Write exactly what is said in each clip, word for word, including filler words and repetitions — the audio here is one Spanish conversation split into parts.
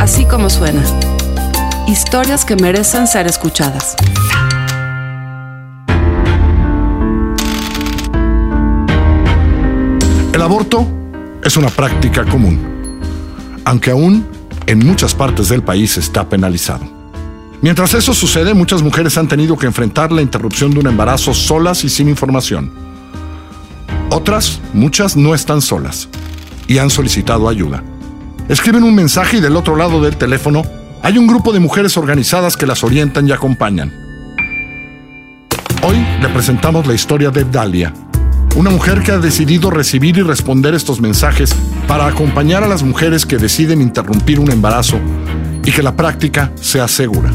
Así como suena. Historias que merecen ser escuchadas. El aborto es una práctica común, aunque aún en muchas partes del país está penalizado. Mientras eso sucede, muchas mujeres han tenido que enfrentar la interrupción de un embarazo solas y sin información. Otras, muchas, no están solas y han solicitado ayuda. Escriben un mensaje y del otro lado del teléfono hay un grupo de mujeres organizadas que las orientan y acompañan. Hoy le presentamos la historia de Dalia, una mujer que ha decidido recibir y responder estos mensajes para acompañar a las mujeres que deciden interrumpir un embarazo y que la práctica sea segura.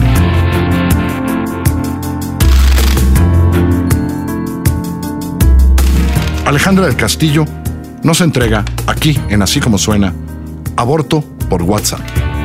Alejandra del Castillo nos entrega, aquí en Así Como Suena, Aborto por WhatsApp.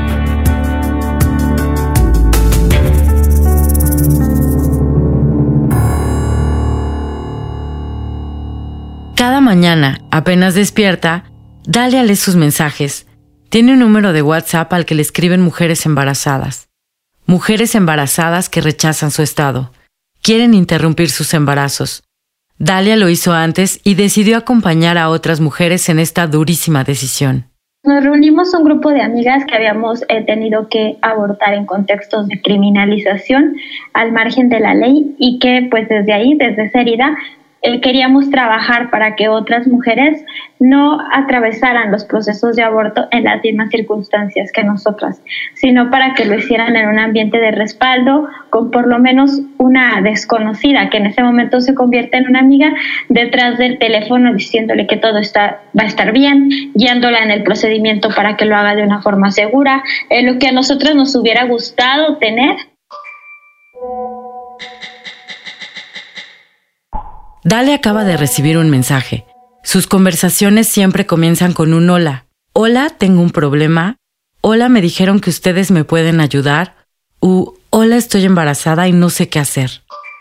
Cada mañana, apenas despierta, Dalia lee sus mensajes. Tiene un número de WhatsApp al que le escriben mujeres embarazadas. Mujeres embarazadas que rechazan su estado. Quieren interrumpir sus embarazos. Dalia lo hizo antes y decidió acompañar a otras mujeres en esta durísima decisión. Nos reunimos un grupo de amigas que habíamos eh, tenido que abortar en contextos de criminalización al margen de la ley y que pues desde ahí, desde esa herida, eh, queríamos trabajar para que otras mujeres no atravesaran los procesos de aborto en las mismas circunstancias que nosotras, sino para que lo hicieran en un ambiente de respaldo con por lo menos una desconocida que en ese momento se convierte en una amiga detrás del teléfono diciéndole que todo está, va a estar bien, guiándola en el procedimiento para que lo haga de una forma segura, eh, lo que a nosotros nos hubiera gustado tener. Dalia acaba de recibir un mensaje. Sus conversaciones siempre comienzan con un hola. Hola, tengo un problema. Hola, me dijeron que ustedes me pueden ayudar. U hola, estoy embarazada y no sé qué hacer.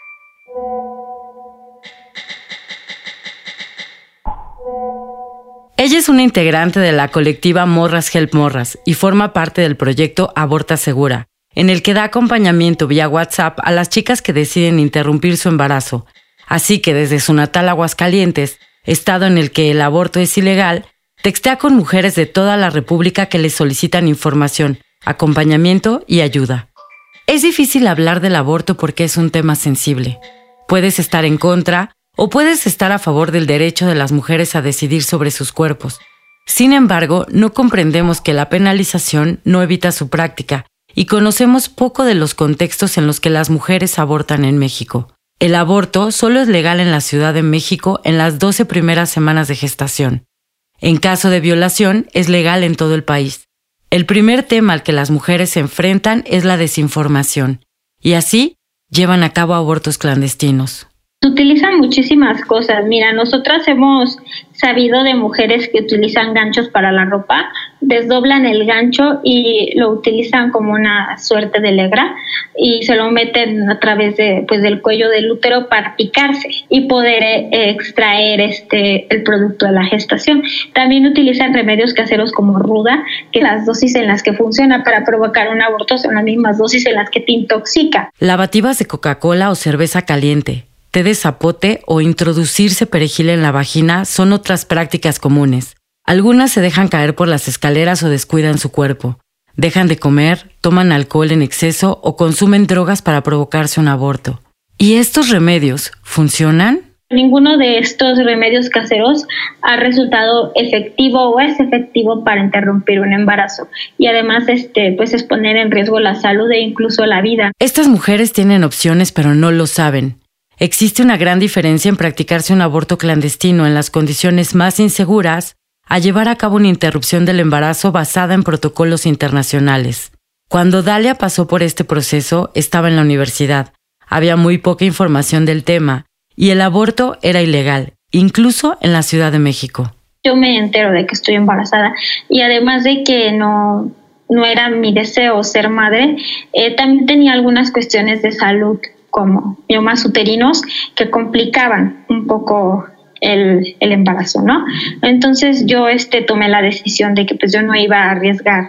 Ella es una integrante de la colectiva Morras Help Morras y forma parte del proyecto Aborta Segura, en el que da acompañamiento vía WhatsApp a las chicas que deciden interrumpir su embarazo. Así que desde su natal Aguascalientes, estado en el que el aborto es ilegal, textea con mujeres de toda la República que les solicitan información, acompañamiento y ayuda. Es difícil hablar del aborto porque es un tema sensible. Puedes estar en contra o puedes estar a favor del derecho de las mujeres a decidir sobre sus cuerpos. Sin embargo, no comprendemos que la penalización no evita su práctica y conocemos poco de los contextos en los que las mujeres abortan en México. El aborto solo es legal en la Ciudad de México en las doce primeras semanas de gestación. En caso de violación, es legal en todo el país. El primer tema al que las mujeres se enfrentan es la desinformación, y así llevan a cabo abortos clandestinos. Se utilizan muchísimas cosas. Mira, nosotras hemos sabido de mujeres que utilizan ganchos para la ropa, desdoblan el gancho y lo utilizan como una suerte de legra y se lo meten a través de, pues, del cuello del útero para picarse y poder eh, extraer este el producto de la gestación. También utilizan remedios caseros como ruda, que las dosis en las que funciona para provocar un aborto son las mismas dosis en las que te intoxica. Lavativas de Coca-Cola o cerveza caliente, té de zapote o introducirse perejil en la vagina son otras prácticas comunes. Algunas se dejan caer por las escaleras o descuidan su cuerpo. Dejan de comer, toman alcohol en exceso o consumen drogas para provocarse un aborto. ¿Y estos remedios funcionan? Ninguno de estos remedios caseros ha resultado efectivo o es efectivo para interrumpir un embarazo y además este, pues es poner en riesgo la salud e incluso la vida. Estas mujeres tienen opciones pero no lo saben. Existe una gran diferencia en practicarse un aborto clandestino en las condiciones más inseguras a llevar a cabo una interrupción del embarazo basada en protocolos internacionales. Cuando Dalia pasó por este proceso, estaba en la universidad. Había muy poca información del tema y el aborto era ilegal, incluso en la Ciudad de México. Yo me entero de que estoy embarazada y además de que no, no era mi deseo ser madre, eh, también tenía algunas cuestiones de salud como miomas uterinos que complicaban un poco el, el embarazo, ¿no? Entonces yo este tomé la decisión de que pues yo no iba a arriesgar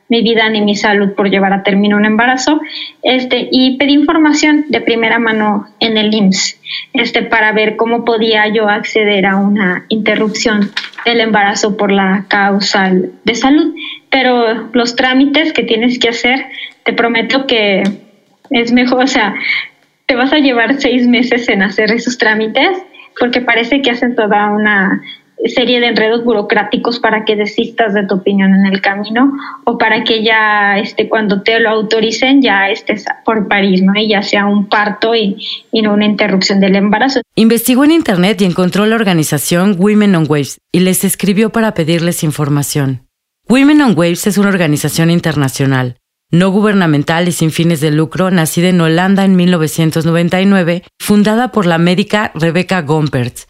mi vida ni mi salud por llevar a término un embarazo, este, y pedí información de primera mano en el I M S S este, para ver cómo podía yo acceder a una interrupción del embarazo por la causal de salud. Pero los trámites que tienes que hacer, te prometo que es mejor, o sea, te vas a llevar seis meses en hacer esos trámites porque parece que hacen toda una serie de enredos burocráticos para que desistas de tu opinión en el camino o para que ya este, cuando te lo autoricen ya estés por parir, ¿no? Y ya sea un parto y, y no una interrupción del embarazo. Investigó en internet y encontró la organización Women on Waves y les escribió para pedirles información. Women on Waves es una organización internacional, no gubernamental y sin fines de lucro, nacida en Holanda en mil novecientos noventa y nueve, fundada por la médica Rebecca Gompertz.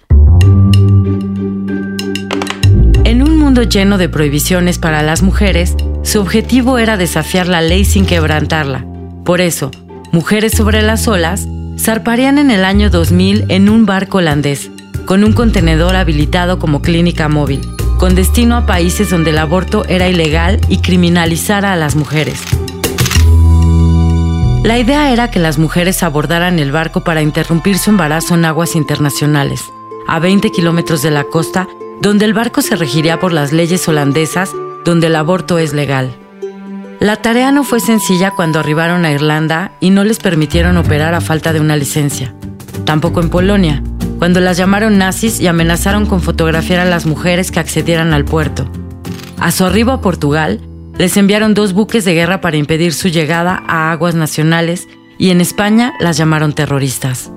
En un mundo lleno de prohibiciones para las mujeres, su objetivo era desafiar la ley sin quebrantarla. Por eso, Mujeres sobre las Olas zarparían en el año dos mil en un barco holandés, con un contenedor habilitado como clínica móvil, con destino a países donde el aborto era ilegal y criminalizara a las mujeres. La idea era que las mujeres abordaran el barco para interrumpir su embarazo en aguas internacionales, a veinte kilómetros de la costa, donde el barco se regiría por las leyes holandesas, donde el aborto es legal. La tarea no fue sencilla cuando arribaron a Irlanda y no les permitieron operar a falta de una licencia. Tampoco en Polonia, cuando las llamaron nazis y amenazaron con fotografiar a las mujeres que accedieran al puerto. A su arribo a Portugal, les enviaron dos buques de guerra para impedir su llegada a aguas nacionales y en España las llamaron terroristas.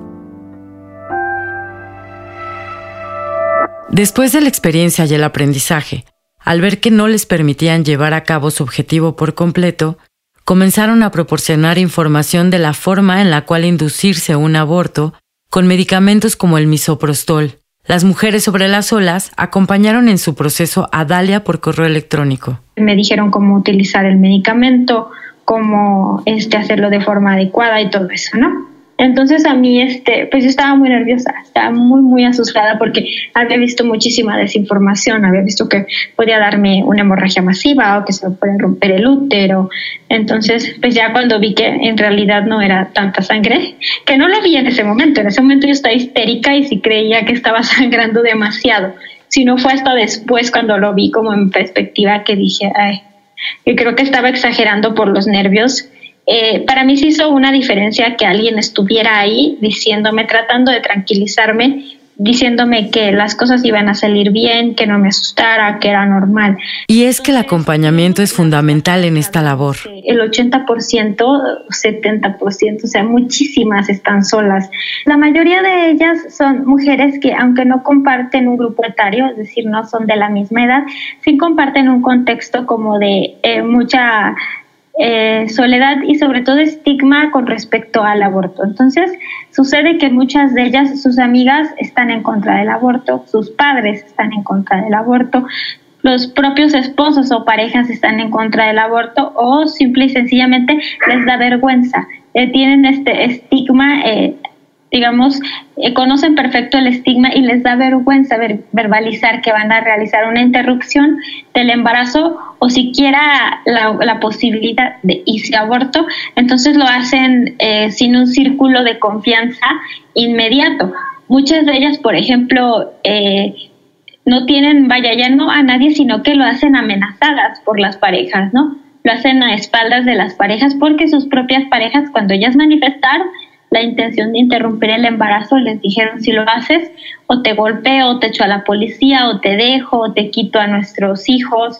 Después de la experiencia y el aprendizaje, al ver que no les permitían llevar a cabo su objetivo por completo, comenzaron a proporcionar información de la forma en la cual inducirse un aborto con medicamentos como el misoprostol. Las Mujeres sobre las Olas acompañaron en su proceso a Dalia por correo electrónico. Me dijeron cómo utilizar el medicamento, cómo este, hacerlo de forma adecuada y todo eso, ¿no? Entonces a mí, este, pues yo estaba muy nerviosa, estaba muy, muy asustada porque había visto muchísima desinformación, había visto que podía darme una hemorragia masiva o que se me puede romper el útero. Entonces, pues ya cuando vi que en realidad no era tanta sangre, que no lo vi en ese momento, en ese momento yo estaba histérica y sí creía que estaba sangrando demasiado. Si no fue hasta después cuando lo vi como en perspectiva que dije, ay, que creo que estaba exagerando por los nervios. Eh, para mí se hizo una diferencia que alguien estuviera ahí diciéndome, tratando de tranquilizarme, diciéndome que las cosas iban a salir bien, que no me asustara, que era normal. Y es que el acompañamiento es fundamental en esta labor. El ochenta por ciento, setenta por ciento, o sea, muchísimas están solas. La mayoría de ellas son mujeres que, aunque no comparten un grupo etario, es decir, no son de la misma edad, sí comparten un contexto como de eh, mucha... Eh, soledad y sobre todo estigma con respecto al aborto. Entonces sucede que muchas de ellas, sus amigas están en contra del aborto, sus padres están en contra del aborto, los propios esposos o parejas están en contra del aborto o simple y sencillamente les da vergüenza. Eh, tienen este estigma, eh, digamos, eh, conocen perfecto el estigma y les da vergüenza ver, verbalizar que van a realizar una interrupción del embarazo o siquiera la, la posibilidad de irse a aborto, entonces lo hacen eh, sin un círculo de confianza inmediato. Muchas de ellas, por ejemplo, eh, no tienen, vaya, ya no a nadie, sino que lo hacen amenazadas por las parejas, ¿no? Lo hacen a espaldas de las parejas porque sus propias parejas, cuando ellas manifestaron la intención de interrumpir el embarazo, les dijeron, si lo haces, o te golpeo, o te echo a la policía, o te dejo, o te quito a nuestros hijos,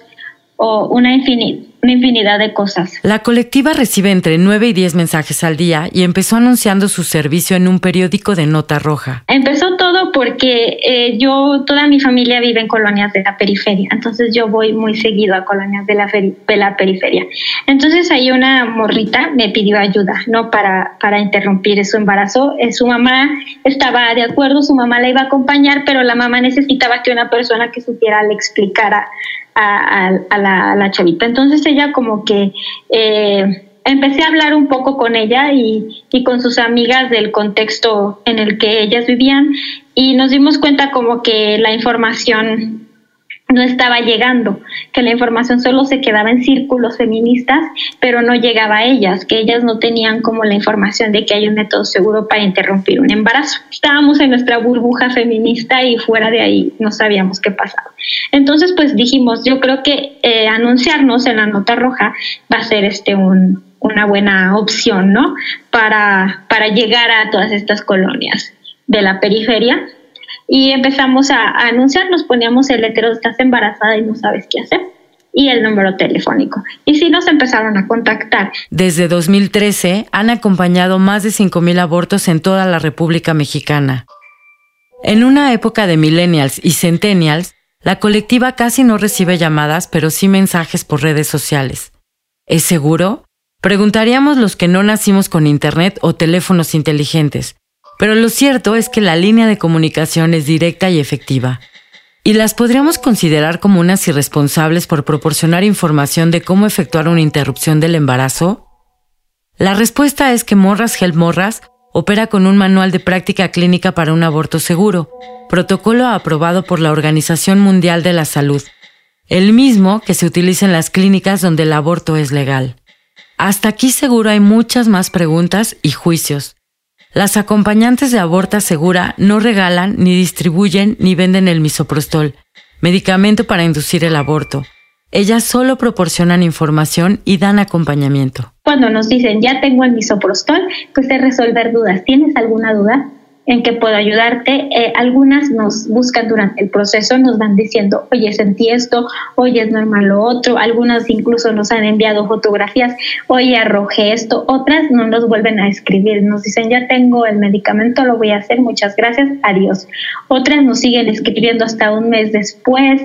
o una infinidad, una infinidad de cosas. La colectiva recibe entre nueve y diez mensajes al día y empezó anunciando su servicio en un periódico de nota roja. Empezó todo porque eh, yo, toda mi familia vive en colonias de la periferia, entonces yo voy muy seguido a colonias de la, feri- de la periferia. Entonces ahí una morrita me pidió ayuda, ¿no? Para, para interrumpir su embarazo. Eh, su mamá estaba de acuerdo, su mamá la iba a acompañar, pero la mamá necesitaba que una persona que supiera le explicara a, a, a, la, a la chavita. Entonces ella como que eh, empecé a hablar un poco con ella y, y con sus amigas del contexto en el que ellas vivían y nos dimos cuenta como que la información no estaba llegando, que la información solo se quedaba en círculos feministas, pero no llegaba a ellas, que ellas no tenían como la información de que hay un método seguro para interrumpir un embarazo. Estábamos en nuestra burbuja feminista y fuera de ahí no sabíamos qué pasaba. Entonces, pues dijimos, yo creo que eh, anunciarnos en la nota roja va a ser este un, una buena opción, ¿no? Para, para llegar a todas estas colonias de la periferia. Y empezamos a, a anunciar, nos poníamos el letrero, estás embarazada y no sabes qué hacer, y el número telefónico. Y sí nos empezaron a contactar. Desde dos mil trece han acompañado más de cinco mil abortos en toda la República Mexicana. En una época de millennials y centennials, la colectiva casi no recibe llamadas, pero sí mensajes por redes sociales. ¿Es seguro? Preguntaríamos los que no nacimos con internet o teléfonos inteligentes. Pero lo cierto es que la línea de comunicación es directa y efectiva. ¿Y las podríamos considerar como unas irresponsables por proporcionar información de cómo efectuar una interrupción del embarazo? La respuesta es que Morras Help Morras opera con un manual de práctica clínica para un aborto seguro, protocolo aprobado por la Organización Mundial de la Salud, el mismo que se utiliza en las clínicas donde el aborto es legal. Hasta aquí seguro hay muchas más preguntas y juicios. Las acompañantes de Aborta Segura no regalan, ni distribuyen, ni venden el misoprostol, medicamento para inducir el aborto. Ellas solo proporcionan información y dan acompañamiento. Cuando nos dicen, ya tengo el misoprostol, pues es resolver dudas. ¿Tienes alguna duda en que puedo ayudarte? Eh, algunas nos buscan durante el proceso, nos van diciendo, oye, sentí esto, oye, es normal lo otro. Algunas incluso nos han enviado fotografías, oye, arrojé esto. Otras no nos vuelven a escribir, nos dicen, ya tengo el medicamento, lo voy a hacer, muchas gracias, adiós. Otras nos siguen escribiendo hasta un mes después.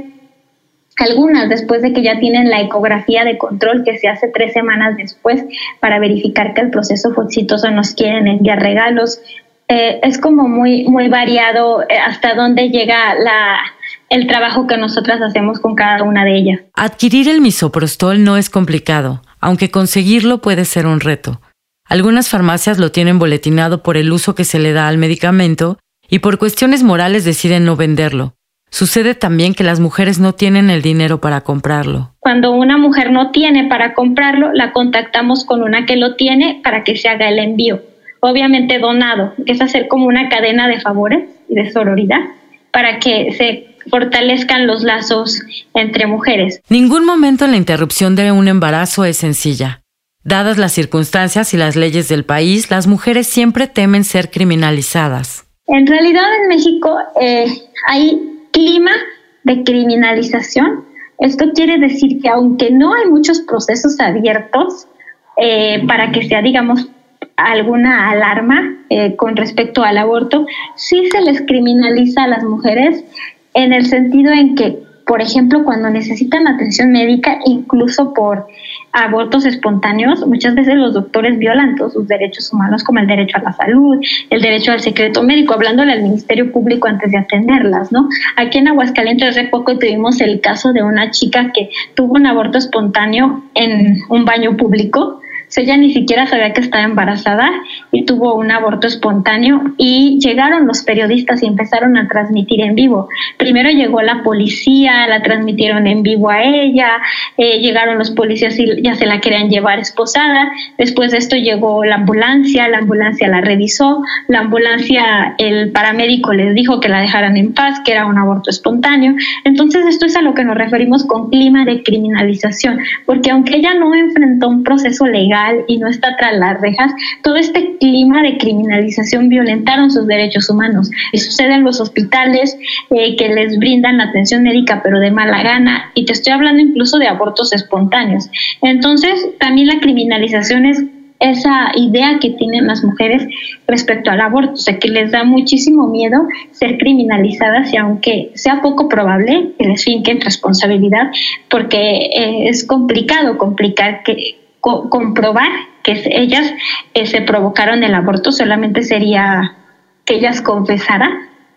Algunas después de que ya tienen la ecografía de control que se hace tres semanas después para verificar que el proceso fue exitoso, nos quieren enviar regalos. Eh, es como muy muy variado eh, hasta dónde llega la, el trabajo que nosotras hacemos con cada una de ellas. Adquirir el misoprostol no es complicado, aunque conseguirlo puede ser un reto. Algunas farmacias lo tienen boletinado por el uso que se le da al medicamento y por cuestiones morales deciden no venderlo. Sucede también que las mujeres no tienen el dinero para comprarlo. Cuando una mujer no tiene para comprarlo, la contactamos con una que lo tiene para que se haga el envío. Obviamente donado, que es hacer como una cadena de favores y de sororidad para que se fortalezcan los lazos entre mujeres. Ningún momento en la interrupción de un embarazo es sencilla. Dadas las circunstancias y las leyes del país, las mujeres siempre temen ser criminalizadas. En realidad en México eh, hay clima de criminalización. Esto quiere decir que aunque no hay muchos procesos abiertos eh, para que sea, digamos, alguna alarma eh, con respecto al aborto, sí se les criminaliza a las mujeres en el sentido en que, por ejemplo, cuando necesitan atención médica, incluso por abortos espontáneos, muchas veces los doctores violan todos sus derechos humanos, como el derecho a la salud, el derecho al secreto médico, hablándole al Ministerio Público antes de atenderlas, ¿no? Aquí en Aguascalientes hace poco tuvimos el caso de una chica que tuvo un aborto espontáneo en un baño público. O sea, ella ni siquiera sabía que estaba embarazada y tuvo un aborto espontáneo y llegaron los periodistas y empezaron a transmitir en vivo. Primero llegó la policía, la transmitieron en vivo a ella, eh, llegaron los policías y ya se la querían llevar esposada. Después de esto llegó la ambulancia, la ambulancia la revisó, la ambulancia, el paramédico les dijo que la dejaran en paz, que era un aborto espontáneo. Entonces esto es a lo que nos referimos con clima de criminalización, porque aunque ella no enfrentó un proceso legal y no está tras las rejas, todo este clima de criminalización violentaron sus derechos humanos. Y sucede en los hospitales eh, que les brindan atención médica pero de mala gana, y te estoy hablando incluso de abortos espontáneos. Entonces también la criminalización es esa idea que tienen las mujeres respecto al aborto, o sea que les da muchísimo miedo ser criminalizadas, y aunque sea poco probable que les finquen responsabilidad, porque eh, es complicado complicar que Co- comprobar que ellas eh, se provocaron el aborto, solamente sería que ellas confesaran,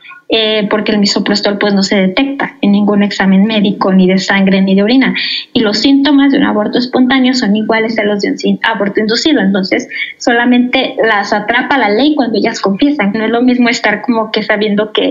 eh, porque el misoprostol pues no se detecta en ningún examen médico, ni de sangre ni de orina, y los síntomas de un aborto espontáneo son iguales a los de un aborto inducido. Entonces solamente las atrapa la ley cuando ellas confiesan. No es lo mismo estar como que sabiendo que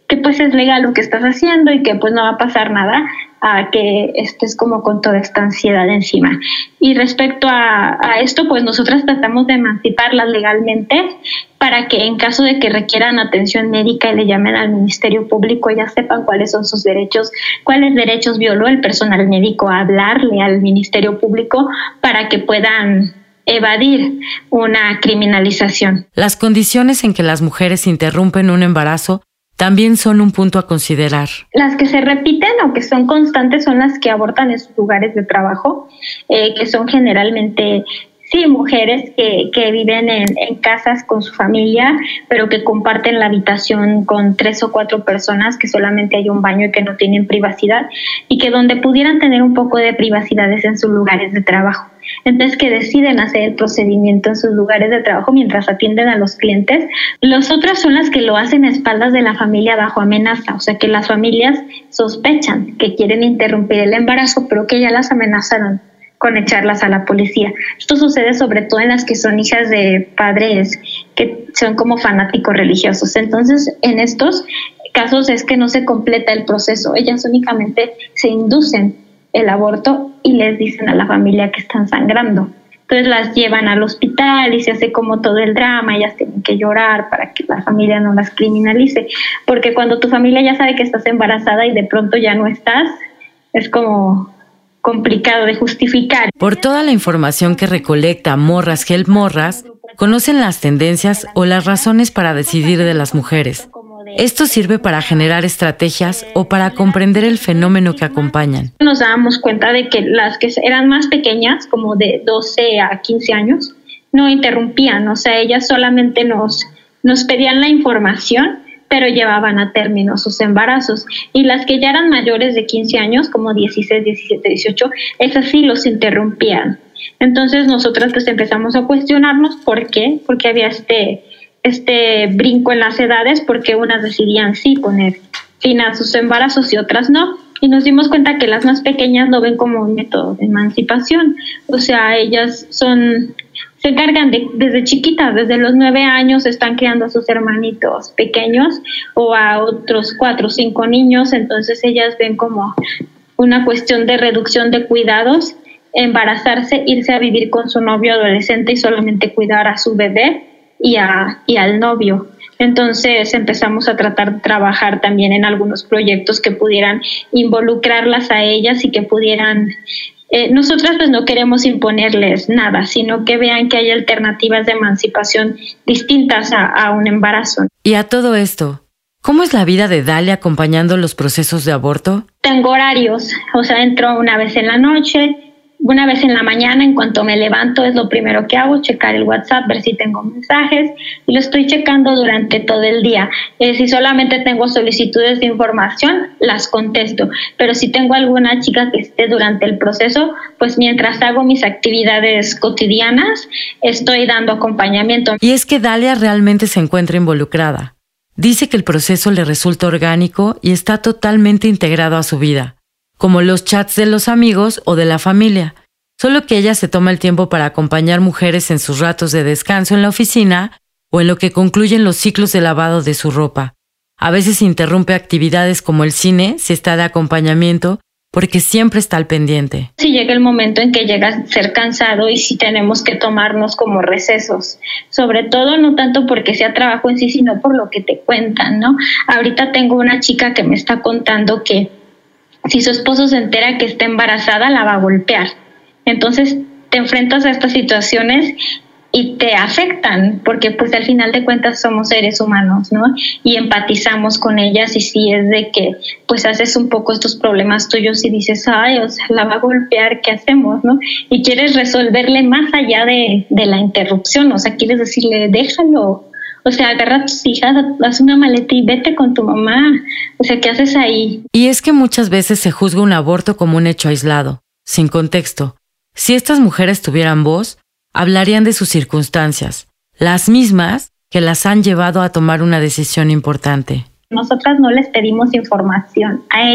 que pues es legal lo que estás haciendo y que pues no va a pasar nada, a que estés como con toda esta ansiedad encima. Y respecto a, a esto, pues nosotras tratamos de emanciparlas legalmente para que en caso de que requieran atención médica y le llamen al Ministerio Público, ya sepan cuáles son sus derechos, cuáles derechos violó el personal médico a hablarle al Ministerio Público para que puedan evadir una criminalización. Las condiciones en que las mujeres interrumpen un embarazo también son un punto a considerar. Las que se repiten o que son constantes son las que abortan en sus lugares de trabajo, eh, que son generalmente, sí, mujeres que, que viven en, en casas con su familia, pero que comparten la habitación con tres o cuatro personas, que solamente hay un baño y que no tienen privacidad, y que donde pudieran tener un poco de privacidad es en sus lugares de trabajo. Entonces, que deciden hacer el procedimiento en sus lugares de trabajo mientras atienden a los clientes. Las otras son las que lo hacen a espaldas de la familia bajo amenaza, o sea que las familias sospechan que quieren interrumpir el embarazo, pero que ya las amenazaron con echarlas a la policía. Esto sucede sobre todo en las que son hijas de padres que son como fanáticos religiosos. Entonces, en estos casos es que no se completa el proceso, ellas únicamente se inducen el aborto y les dicen a la familia que están sangrando. Entonces las llevan al hospital y se hace como todo el drama, ellas tienen que llorar para que la familia no las criminalice, porque cuando tu familia ya sabe que estás embarazada y de pronto ya no estás, es como complicado de justificar. Por toda la información que recolecta Morras Help Morras, conocen las tendencias o las razones para decidir de las mujeres. Esto sirve para generar estrategias o para comprender el fenómeno que acompañan. Nos dábamos cuenta de que las que eran más pequeñas, como de doce a quince años, no interrumpían, o sea, ellas solamente nos, nos pedían la información, pero llevaban a término sus embarazos. Y las que ya eran mayores de quince años, como dieciséis, diecisiete, dieciocho, esas sí los interrumpían. Entonces nosotras pues empezamos a cuestionarnos por qué, porque había este... este brinco en las edades, porque unas decidían sí poner fin a sus embarazos y otras no, y nos dimos cuenta que las más pequeñas lo ven como un método de emancipación, o sea, ellas son, se encargan de, desde chiquitas, desde los nueve años están criando a sus hermanitos pequeños o a otros cuatro o cinco niños, entonces ellas ven como una cuestión de reducción de cuidados, embarazarse, irse a vivir con su novio adolescente y solamente cuidar a su bebé y, a, y al novio. Entonces empezamos a tratar de trabajar también en algunos proyectos que pudieran involucrarlas a ellas y que pudieran... Eh, nosotras pues no queremos imponerles nada, sino que vean que hay alternativas de emancipación distintas a, a un embarazo. Y a todo esto, ¿cómo es la vida de Dalia acompañando los procesos de aborto? Tengo horarios, o sea, entro una vez en la noche, una vez en la mañana, en cuanto me levanto es lo primero que hago, checar el WhatsApp, ver si tengo mensajes, y lo estoy checando durante todo el día. Eh, si solamente tengo solicitudes de información, las contesto, pero si tengo alguna chica que esté durante el proceso, pues mientras hago mis actividades cotidianas, estoy dando acompañamiento. Y es que Dalia realmente se encuentra involucrada. Dice que el proceso le resulta orgánico y está totalmente integrado a su vida, como los chats de los amigos o de la familia, solo que ella se toma el tiempo para acompañar mujeres en sus ratos de descanso en la oficina o en lo que concluyen los ciclos de lavado de su ropa. A veces interrumpe actividades como el cine si está de acompañamiento, porque siempre está al pendiente. Si llega el momento en que llega a ser cansado y si tenemos que tomarnos como recesos, sobre todo no tanto porque sea trabajo en sí, sino por lo que te cuentan, ¿no? Ahorita tengo una chica que me está contando que si su esposo se entera que está embarazada, la va a golpear. Entonces te enfrentas a estas situaciones y te afectan, porque pues al final de cuentas somos seres humanos, ¿no? Y empatizamos con ellas, y si es de que pues haces un poco estos problemas tuyos y dices, ay, o sea, la va a golpear, ¿qué hacemos, no? Y quieres resolverle más allá de, de la interrupción, o sea, quieres decirle, déjalo. O sea, agarra a tus hijas, haz una maleta y vete con tu mamá. O sea, ¿qué haces ahí? Y es que muchas veces se juzga un aborto como un hecho aislado, sin contexto. Si estas mujeres tuvieran voz, hablarían de sus circunstancias, las mismas que las han llevado a tomar una decisión importante. Nosotras no les pedimos información a ellas,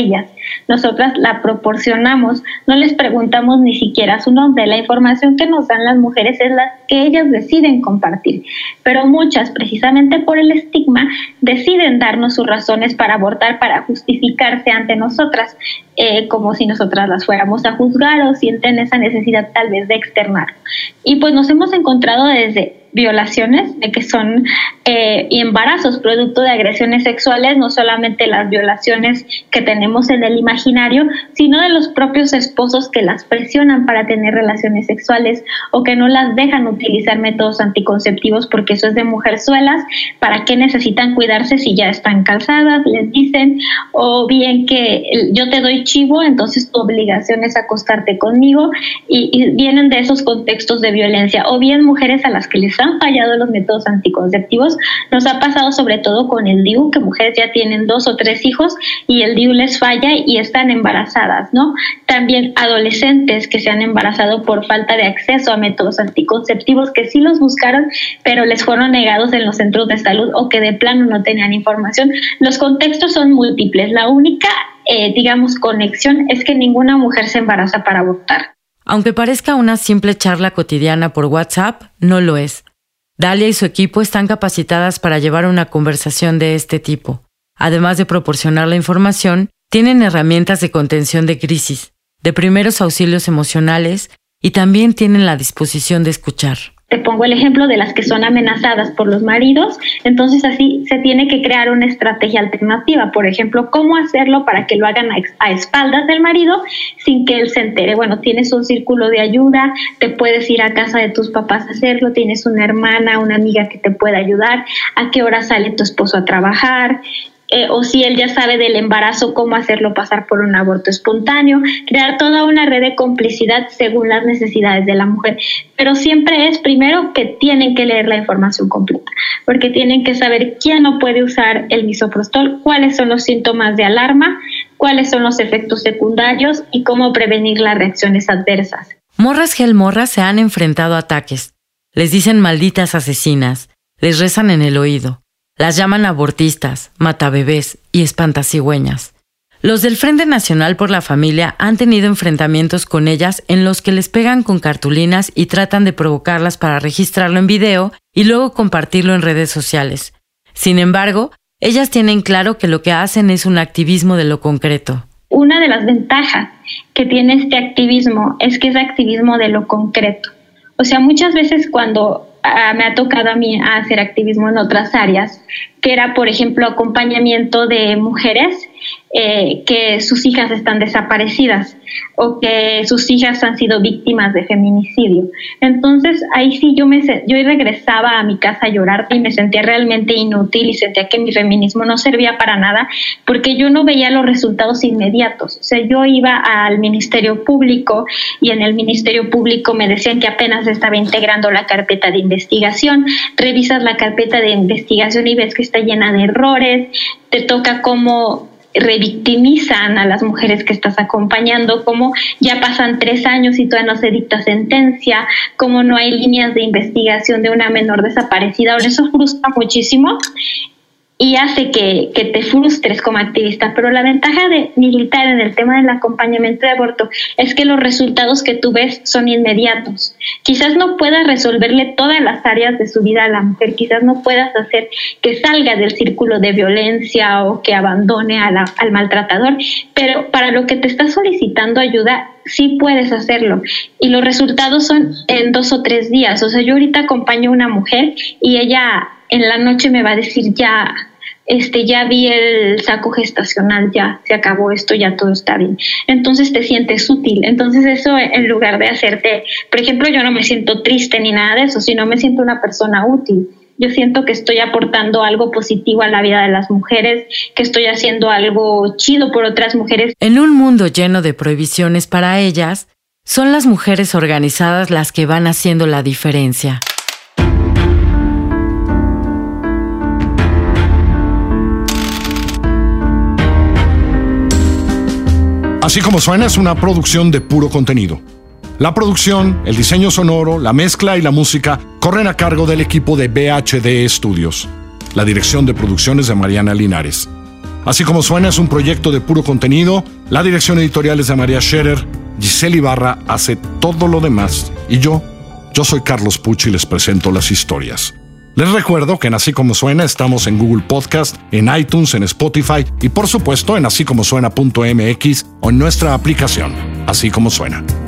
nosotras la proporcionamos, no les preguntamos ni siquiera su nombre. La información que nos dan las mujeres es la que ellas deciden compartir, pero muchas, precisamente por el estigma, deciden darnos sus razones para abortar, para justificarse ante nosotras, eh, como si nosotras las fuéramos a juzgar, o sienten esa necesidad tal vez de externar. Y pues nos hemos encontrado desde violaciones, de que son eh, y embarazos producto de agresiones sexuales, no solamente las violaciones que tenemos en el imaginario, sino de los propios esposos que las presionan para tener relaciones sexuales o que no las dejan utilizar métodos anticonceptivos porque eso es de mujerzuelas. ¿Para qué necesitan cuidarse si ya están casadas? Les dicen, o bien que yo te doy chivo, entonces tu obligación es acostarte conmigo, y, y vienen de esos contextos de violencia, o bien mujeres a las que les han fallado los métodos anticonceptivos. Nos ha pasado sobre todo con el D I U, que mujeres ya tienen dos o tres hijos y el D I U les falla y están embarazadas, ¿no? También adolescentes que se han embarazado por falta de acceso a métodos anticonceptivos, que sí los buscaron, pero les fueron negados en los centros de salud o que de plano no tenían información. Los contextos son múltiples. La única, eh, digamos, conexión es que ninguna mujer se embaraza para abortar. Aunque parezca una simple charla cotidiana por WhatsApp, no lo es. Dalia y su equipo están capacitadas para llevar una conversación de este tipo. Además de proporcionar la información, tienen herramientas de contención de crisis, de primeros auxilios emocionales y también tienen la disposición de escuchar. Te pongo el ejemplo de las que son amenazadas por los maridos, entonces así se tiene que crear una estrategia alternativa. Por ejemplo, ¿cómo hacerlo para que lo hagan a, a espaldas del marido sin que él se entere? Bueno, tienes un círculo de ayuda, te puedes ir a casa de tus papás a hacerlo, tienes una hermana, una amiga que te pueda ayudar, a qué hora sale tu esposo a trabajar, Eh, o si él ya sabe del embarazo, cómo hacerlo pasar por un aborto espontáneo, crear toda una red de complicidad según las necesidades de la mujer. Pero siempre es primero que tienen que leer la información completa, porque tienen que saber quién no puede usar el misoprostol, cuáles son los síntomas de alarma, cuáles son los efectos secundarios y cómo prevenir las reacciones adversas. Morras Gel Morras se han enfrentado a ataques. Les dicen malditas asesinas, les rezan en el oído. Las llaman abortistas, matabebés y espantacigüeñas. Los del Frente Nacional por la Familia han tenido enfrentamientos con ellas en los que les pegan con cartulinas y tratan de provocarlas para registrarlo en video y luego compartirlo en redes sociales. Sin embargo, ellas tienen claro que lo que hacen es un activismo de lo concreto. Una de las ventajas que tiene este activismo es que es activismo de lo concreto. O sea, muchas veces cuando Uh, me ha tocado a mí hacer activismo en otras áreas, que era, por ejemplo, acompañamiento de mujeres eh, que sus hijas están desaparecidas o que sus hijas han sido víctimas de feminicidio. Entonces, ahí sí yo me yo regresaba a mi casa a llorar y me sentía realmente inútil y sentía que mi feminismo no servía para nada porque yo no veía los resultados inmediatos. O sea, yo iba al Ministerio Público y en el Ministerio Público me decían que apenas estaba integrando la carpeta de investigación. Revisas la carpeta de investigación y ves que está llena de errores, te toca cómo revictimizan a las mujeres que estás acompañando, cómo ya pasan tres años y todavía no se dicta sentencia, cómo no hay líneas de investigación de una menor desaparecida. Ahora eso frustra muchísimo y hace que, que te frustres como activista, pero la ventaja de militar en el tema del acompañamiento de aborto es que los resultados que tú ves son inmediatos. Quizás no puedas resolverle todas las áreas de su vida a la mujer, quizás no puedas hacer que salga del círculo de violencia o que abandone a la, al maltratador, pero para lo que te está solicitando ayuda, sí puedes hacerlo y los resultados son en dos o tres días. O sea, yo ahorita acompaño a una mujer y ella en la noche me va a decir ya, este, ya vi el saco gestacional, ya se acabó esto, ya todo está bien. Entonces te sientes útil. Entonces eso, en lugar de hacerte, por ejemplo, yo no me siento triste ni nada de eso, sino me siento una persona útil. Yo siento que estoy aportando algo positivo a la vida de las mujeres, que estoy haciendo algo chido por otras mujeres. En un mundo lleno de prohibiciones para ellas, son las mujeres organizadas las que van haciendo la diferencia. Así como suena, es una producción de puro contenido. La producción, el diseño sonoro, la mezcla y la música corren a cargo del equipo de B H D Studios. La dirección de producciones de Mariana Linares. Así como suena es un proyecto de puro contenido. La dirección editorial es de María Scherer. Giselle Ibarra hace todo lo demás. Y yo, yo soy Carlos Puch y les presento las historias. Les recuerdo que en Así Como Suena estamos en Google Podcast, en iTunes, en Spotify y por supuesto en así como suena punto m x o en nuestra aplicación Así Como Suena.